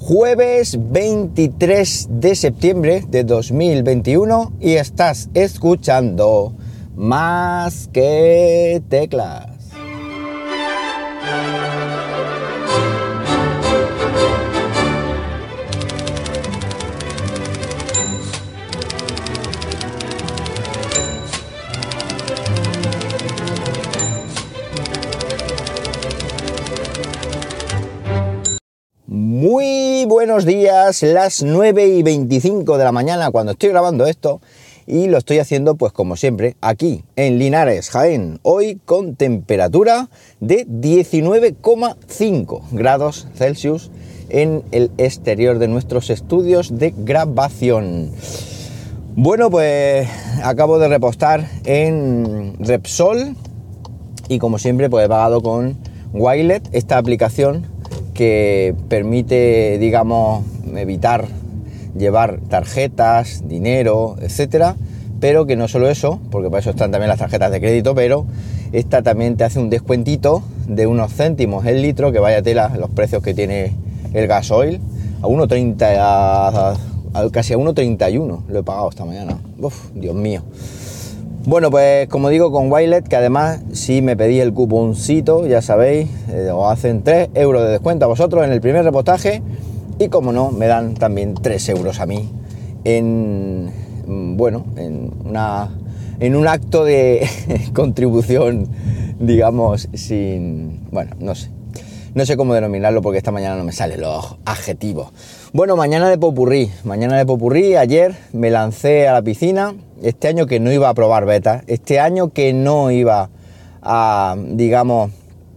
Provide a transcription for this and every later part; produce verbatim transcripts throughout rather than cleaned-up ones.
Jueves veintitrés de septiembre de dos mil veintiuno y estás escuchando Más que Teclas. Muy buenos días, las nueve y veinticinco de la mañana cuando estoy grabando esto y lo estoy haciendo pues como siempre aquí en Linares, Jaén, hoy con temperatura de diecinueve coma cinco grados Celsius en el exterior de nuestros estudios de grabación. Bueno, pues acabo de repostar en Repsol y como siempre pues he pagado con Wilet, esta aplicación que permite, digamos, evitar llevar tarjetas, dinero, etcétera, pero que no solo eso, porque para eso están también las tarjetas de crédito, pero esta también te hace un descuentito de unos céntimos el litro, que vaya tela los precios que tiene el gasoil, a uno treinta, a, a, casi a uno treinta y uno lo he pagado esta mañana. Uf, Dios mío. Bueno, pues como digo, con Wilet, que además si me pedí el cuponcito, ya sabéis, eh, os hacen tres euros de descuento a vosotros en el primer repostaje y como no, me dan también tres euros a mí en, bueno, en, una, en un acto de contribución, digamos, sin, bueno, no sé. No sé cómo denominarlo porque esta mañana no me salen los adjetivos. Bueno, mañana de popurrí, mañana de popurrí, ayer me lancé a la piscina, este año que no iba a probar beta, este año que no iba a, digamos,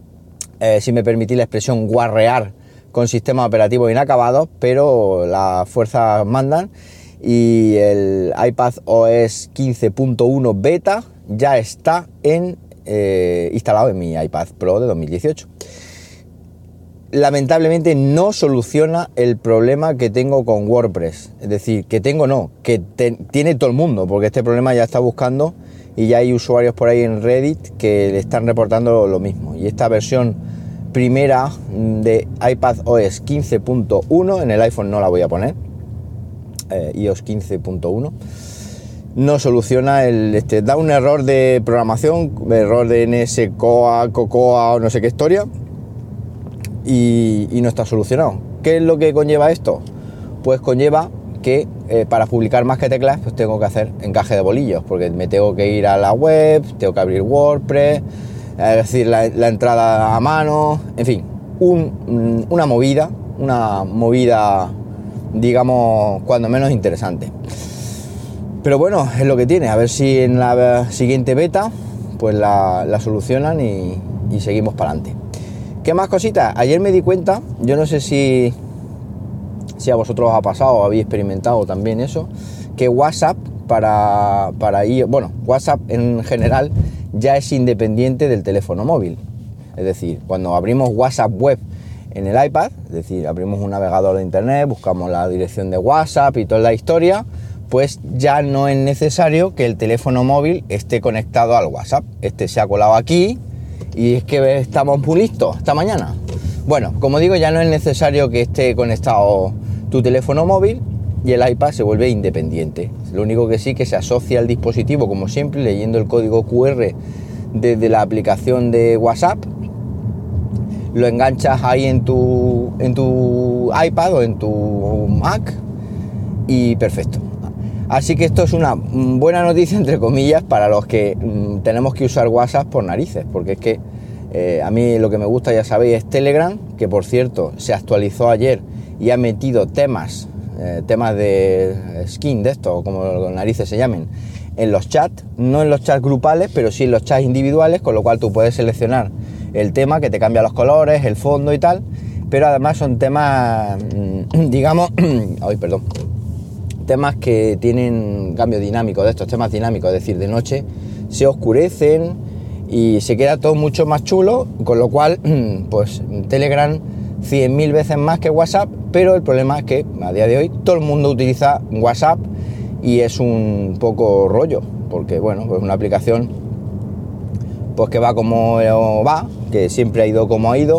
eh, si me permitís la expresión, guarrear con sistemas operativos inacabados, pero las fuerzas mandan y el iPadOS quince punto uno beta ya está en, eh, instalado en mi iPad Pro de dos mil dieciocho. Lamentablemente no soluciona el problema que tengo con WordPress, es decir, que tengo no, que te, tiene todo el mundo, porque este problema ya está buscando y ya hay usuarios por ahí en Reddit que le están reportando lo mismo. Y esta versión primera de iPadOS quince punto uno, en el iPhone no la voy a poner, eh, iOS quince punto uno, no soluciona el, este, da un error de programación, error de N S Coa, Cocoa o no sé qué historia. Y, y no está solucionado. ¿Qué es lo que conlleva esto? Pues conlleva que eh, para publicar Más que Teclas pues tengo que hacer encaje de bolillos, porque me tengo que ir a la web, tengo que abrir WordPress, es decir, la, la entrada a mano, en fin, un, una movida, una movida, digamos, cuando menos interesante. Pero bueno, es lo que tiene, a ver si en la siguiente beta pues la, la solucionan y, y seguimos para adelante. ¿Qué más cositas? Ayer me di cuenta, yo no sé si, si a vosotros os ha pasado o habéis experimentado también eso, que WhatsApp para, para ir, bueno, WhatsApp en general ya es independiente del teléfono móvil. Es decir, cuando abrimos WhatsApp web en el iPad, es decir, abrimos un navegador de internet, buscamos la dirección de WhatsApp y toda la historia, pues ya no es necesario que el teléfono móvil esté conectado al WhatsApp. Este se ha colado aquí. Y es que estamos muy listos esta mañana. Bueno, como digo, ya no es necesario que esté conectado tu teléfono móvil y el iPad se vuelve independiente. Lo único que sí que se asocia al dispositivo, como siempre, leyendo el código cu erre desde la aplicación de WhatsApp. Lo enganchas ahí en tu, en tu iPad o en tu Mac y perfecto. Así que esto es una buena noticia, entre comillas, para los que mmm, tenemos que usar WhatsApp por narices, porque es que eh, a mí lo que me gusta, ya sabéis, es Telegram, que por cierto se actualizó ayer y ha metido temas, eh, temas de skin de esto, o como los narices se llamen, en los chats, no en los chats grupales, pero sí en los chats individuales, con lo cual tú puedes seleccionar el tema que te cambia los colores, el fondo y tal, pero además son temas, mmm, digamos, ay, perdón, temas que tienen cambio dinámico, de estos temas dinámicos, es decir, de noche se oscurecen y se queda todo mucho más chulo, con lo cual, pues Telegram cien mil veces más que WhatsApp, pero el problema es que a día de hoy todo el mundo utiliza WhatsApp y es un poco rollo, porque bueno, pues una aplicación pues que va como va, que siempre ha ido como ha ido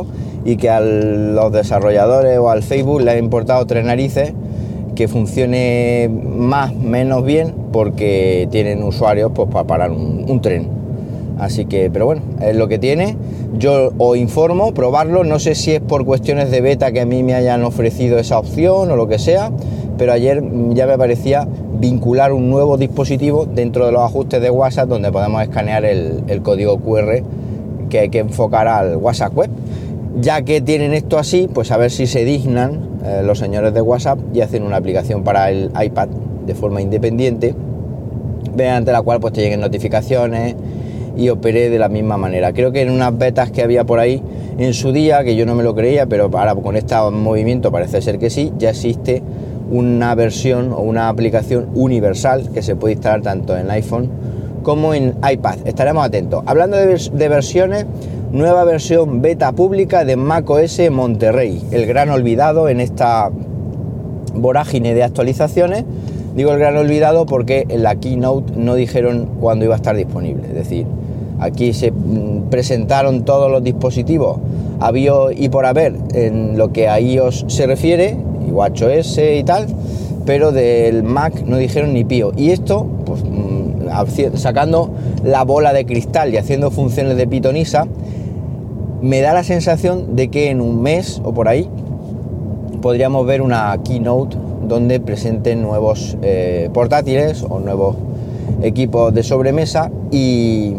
y que a los desarrolladores o al Facebook le ha importado tres narices que funcione más menos bien porque tienen usuarios pues para parar un, un tren. Así que, pero bueno, es lo que tiene. Yo os informo, probarlo, no sé si es por cuestiones de beta que a mí me hayan ofrecido esa opción o lo que sea, pero ayer ya me parecía vincular un nuevo dispositivo dentro de los ajustes de WhatsApp donde podemos escanear el, el código cu erre que hay que enfocar al WhatsApp web. Ya que tienen esto así, pues a ver si se dignan eh, los señores de WhatsApp y hacen una aplicación para el iPad de forma independiente, mediante la cual pues te lleguen notificaciones y opere de la misma manera. Creo que en unas betas que había por ahí en su día, que yo no me lo creía, pero ahora con este movimiento parece ser que sí, ya existe una versión o una aplicación universal que se puede instalar tanto en iPhone como en iPad. Estaremos atentos. Hablando de, vers- de versiones, nueva versión beta pública de macOS Monterrey, el gran olvidado en esta vorágine de actualizaciones. Digo el gran olvidado porque en la Keynote no dijeron cuándo iba a estar disponible. Es decir, aquí se presentaron todos los dispositivos habido y por haber en lo que a iOS se refiere, y WatchOS y tal, pero del Mac no dijeron ni pío. Y esto, pues sacando la bola de cristal y haciendo funciones de pitonisa, me da la sensación de que en un mes o por ahí podríamos ver una Keynote donde presenten nuevos eh, portátiles o nuevos equipos de sobremesa y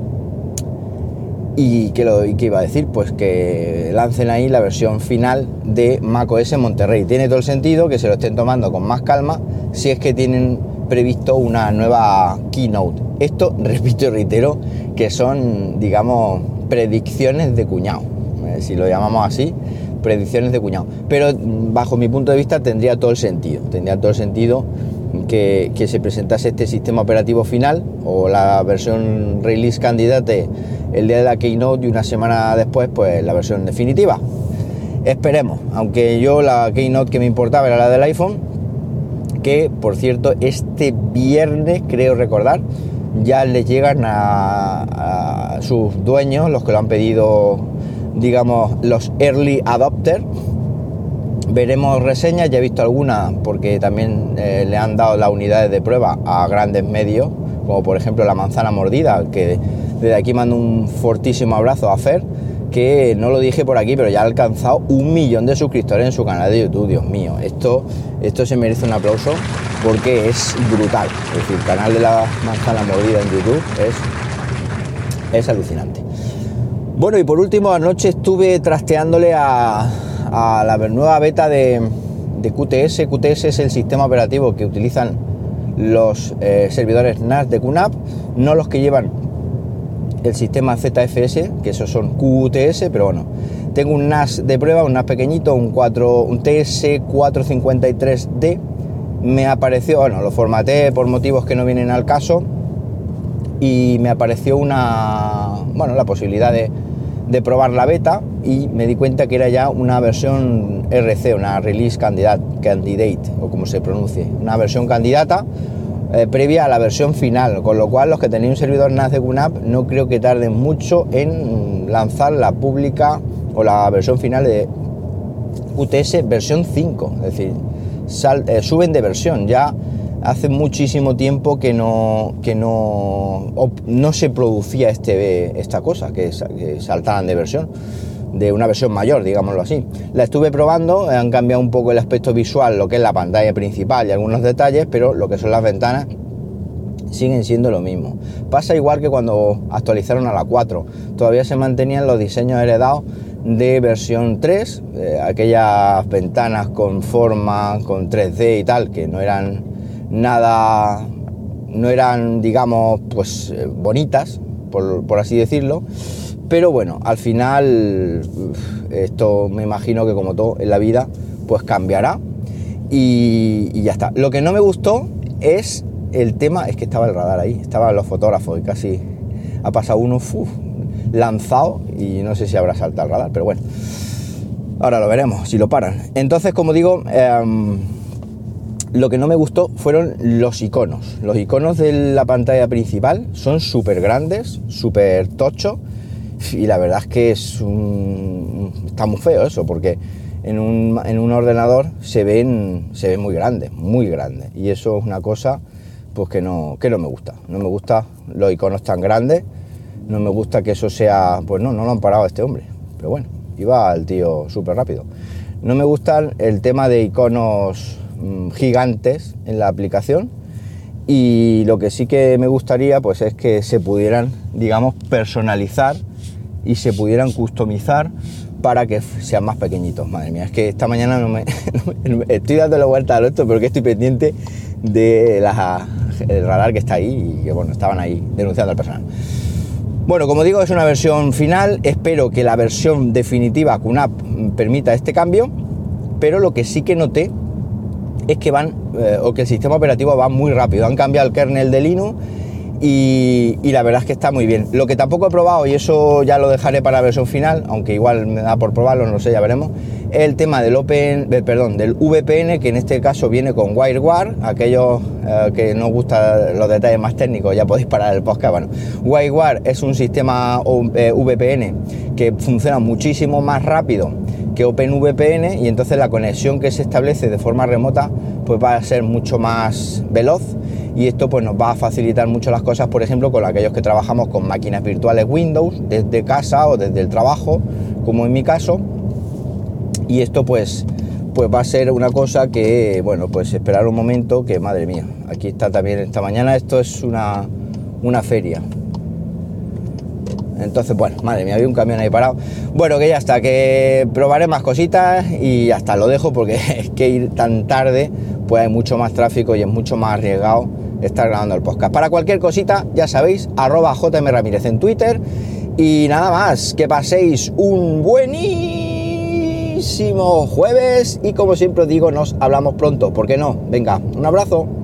y que lo y que iba a decir pues que lancen ahí la versión final de macOS Monterrey. Tiene todo el sentido que se lo estén tomando con más calma si es que tienen previsto una nueva Keynote. Esto, repito y reitero, que son, digamos, predicciones de cuñado, eh, si lo llamamos así, predicciones de cuñado. Pero bajo mi punto de vista tendría todo el sentido, tendría todo el sentido que, que se presentase este sistema operativo final o la versión release candidate el día de la Keynote y una semana después pues la versión definitiva. Esperemos, aunque yo la Keynote que me importaba era la del iPhone, que por cierto este viernes creo recordar ya les llegan a, a sus dueños, los que lo han pedido, digamos los early adopters. Veremos reseñas, ya he visto algunas porque también eh, le han dado las unidades de prueba a grandes medios, como por ejemplo la manzana mordida, que desde aquí mando un fortísimo abrazo a Fer, que no lo dije por aquí, pero ya ha alcanzado un millón de suscriptores en su canal de YouTube. Dios mío, esto, esto se merece un aplauso porque es brutal. Es decir, el canal de la manzana mordida en YouTube es, es alucinante. Bueno, y por último, anoche estuve trasteándole a, a la nueva beta de, de Q T S. Q T S es el sistema operativo que utilizan los eh, servidores N A S de Q NAP, no los que llevan el sistema Z F S, que esos son Q T S, pero bueno, tengo un N A S de prueba, un N A S pequeñito, un, cuatro, un T S cuatrocientos cincuenta y tres D, me apareció, bueno, lo formateé por motivos que no vienen al caso, y me apareció una, bueno, la posibilidad de, de probar la beta, y me di cuenta que era ya una versión R C, una Release Candidate, candidate o como se pronuncie, una versión candidata, Eh, previa a la versión final, con lo cual los que tenéis un servidor N A S de Q NAP no creo que tarden mucho en lanzar la pública o la versión final de Q T S versión cinco, es decir, sal, eh, suben de versión. Ya hace muchísimo tiempo que no que no, no se producía este, esta cosa, que, que saltaran de versión, de una versión mayor, digámoslo así. La estuve probando, han cambiado un poco el aspecto visual, lo que es la pantalla principal y algunos detalles, pero lo que son las ventanas siguen siendo lo mismo. Pasa igual que cuando actualizaron a la cuatro, todavía se mantenían los diseños heredados de versión tres, eh, aquellas ventanas con forma, con tres D y tal, que no eran nada, no eran, digamos, pues eh, bonitas, por, por así decirlo. Pero bueno, al final esto me imagino que como todo en la vida pues cambiará y, y ya está. Lo que no me gustó es el tema, es que estaba el radar ahí, estaban los fotógrafos y casi ha pasado uno uf, lanzado y no sé si habrá saltado el radar, pero bueno, ahora lo veremos si lo paran. Entonces, como digo, eh, lo que no me gustó fueron los iconos. Los iconos de la pantalla principal son súper grandes, súper tochos, y la verdad es que es un, está muy feo eso, porque en un, en un ordenador se ven, se ven muy grandes, muy grandes, y eso es una cosa pues que no, que no me gusta. No me gusta los iconos tan grandes, no me gusta que eso sea, pues no, no lo han parado a este hombre, pero bueno, iba el tío súper rápido. No me gusta el tema de iconos mmm, gigantes en la aplicación, y lo que sí que me gustaría pues es que se pudieran, digamos, personalizar y se pudieran customizar para que sean más pequeñitos. Madre mía, es que esta mañana no me, no me estoy dándole vuelta a esto, pero que estoy pendiente de la, el radar que está ahí y que bueno, estaban ahí denunciando al personal. Bueno, como digo, es una versión final, espero que la versión definitiva Q NAP permita este cambio, pero lo que sí que noté es que van, eh, o que el sistema operativo va muy rápido. Han cambiado el kernel de Linux y, y la verdad es que está muy bien. Lo que tampoco he probado, y eso ya lo dejaré para la versión final, aunque igual me da por probarlo, no lo sé, ya veremos, es el tema del Open, eh, perdón, del V P N, que en este caso viene con WireGuard. Aquellos eh, que no os gustan los detalles más técnicos, ya podéis parar el podcast. Bueno, WireGuard es un sistema eh, V P N que funciona muchísimo más rápido que OpenVPN, y entonces la conexión que se establece de forma remota pues va a ser mucho más veloz, y esto pues nos va a facilitar mucho las cosas, por ejemplo, con aquellos que trabajamos con máquinas virtuales Windows desde casa o desde el trabajo, como en mi caso, y esto pues pues va a ser una cosa que, bueno, pues esperar un momento, que madre mía, aquí está también esta mañana, esto es una, una feria. Entonces, bueno, madre mía, había un camión ahí parado. Bueno, que ya está, que probaré más cositas y ya está, lo dejo, porque es que ir tan tarde, pues hay mucho más tráfico y es mucho más arriesgado estar grabando el podcast. Para cualquier cosita, ya sabéis, arroba jmramírez en Twitter. Y nada más, que paséis un buenísimo jueves y como siempre os digo, nos hablamos pronto, ¿por qué no? Venga, un abrazo.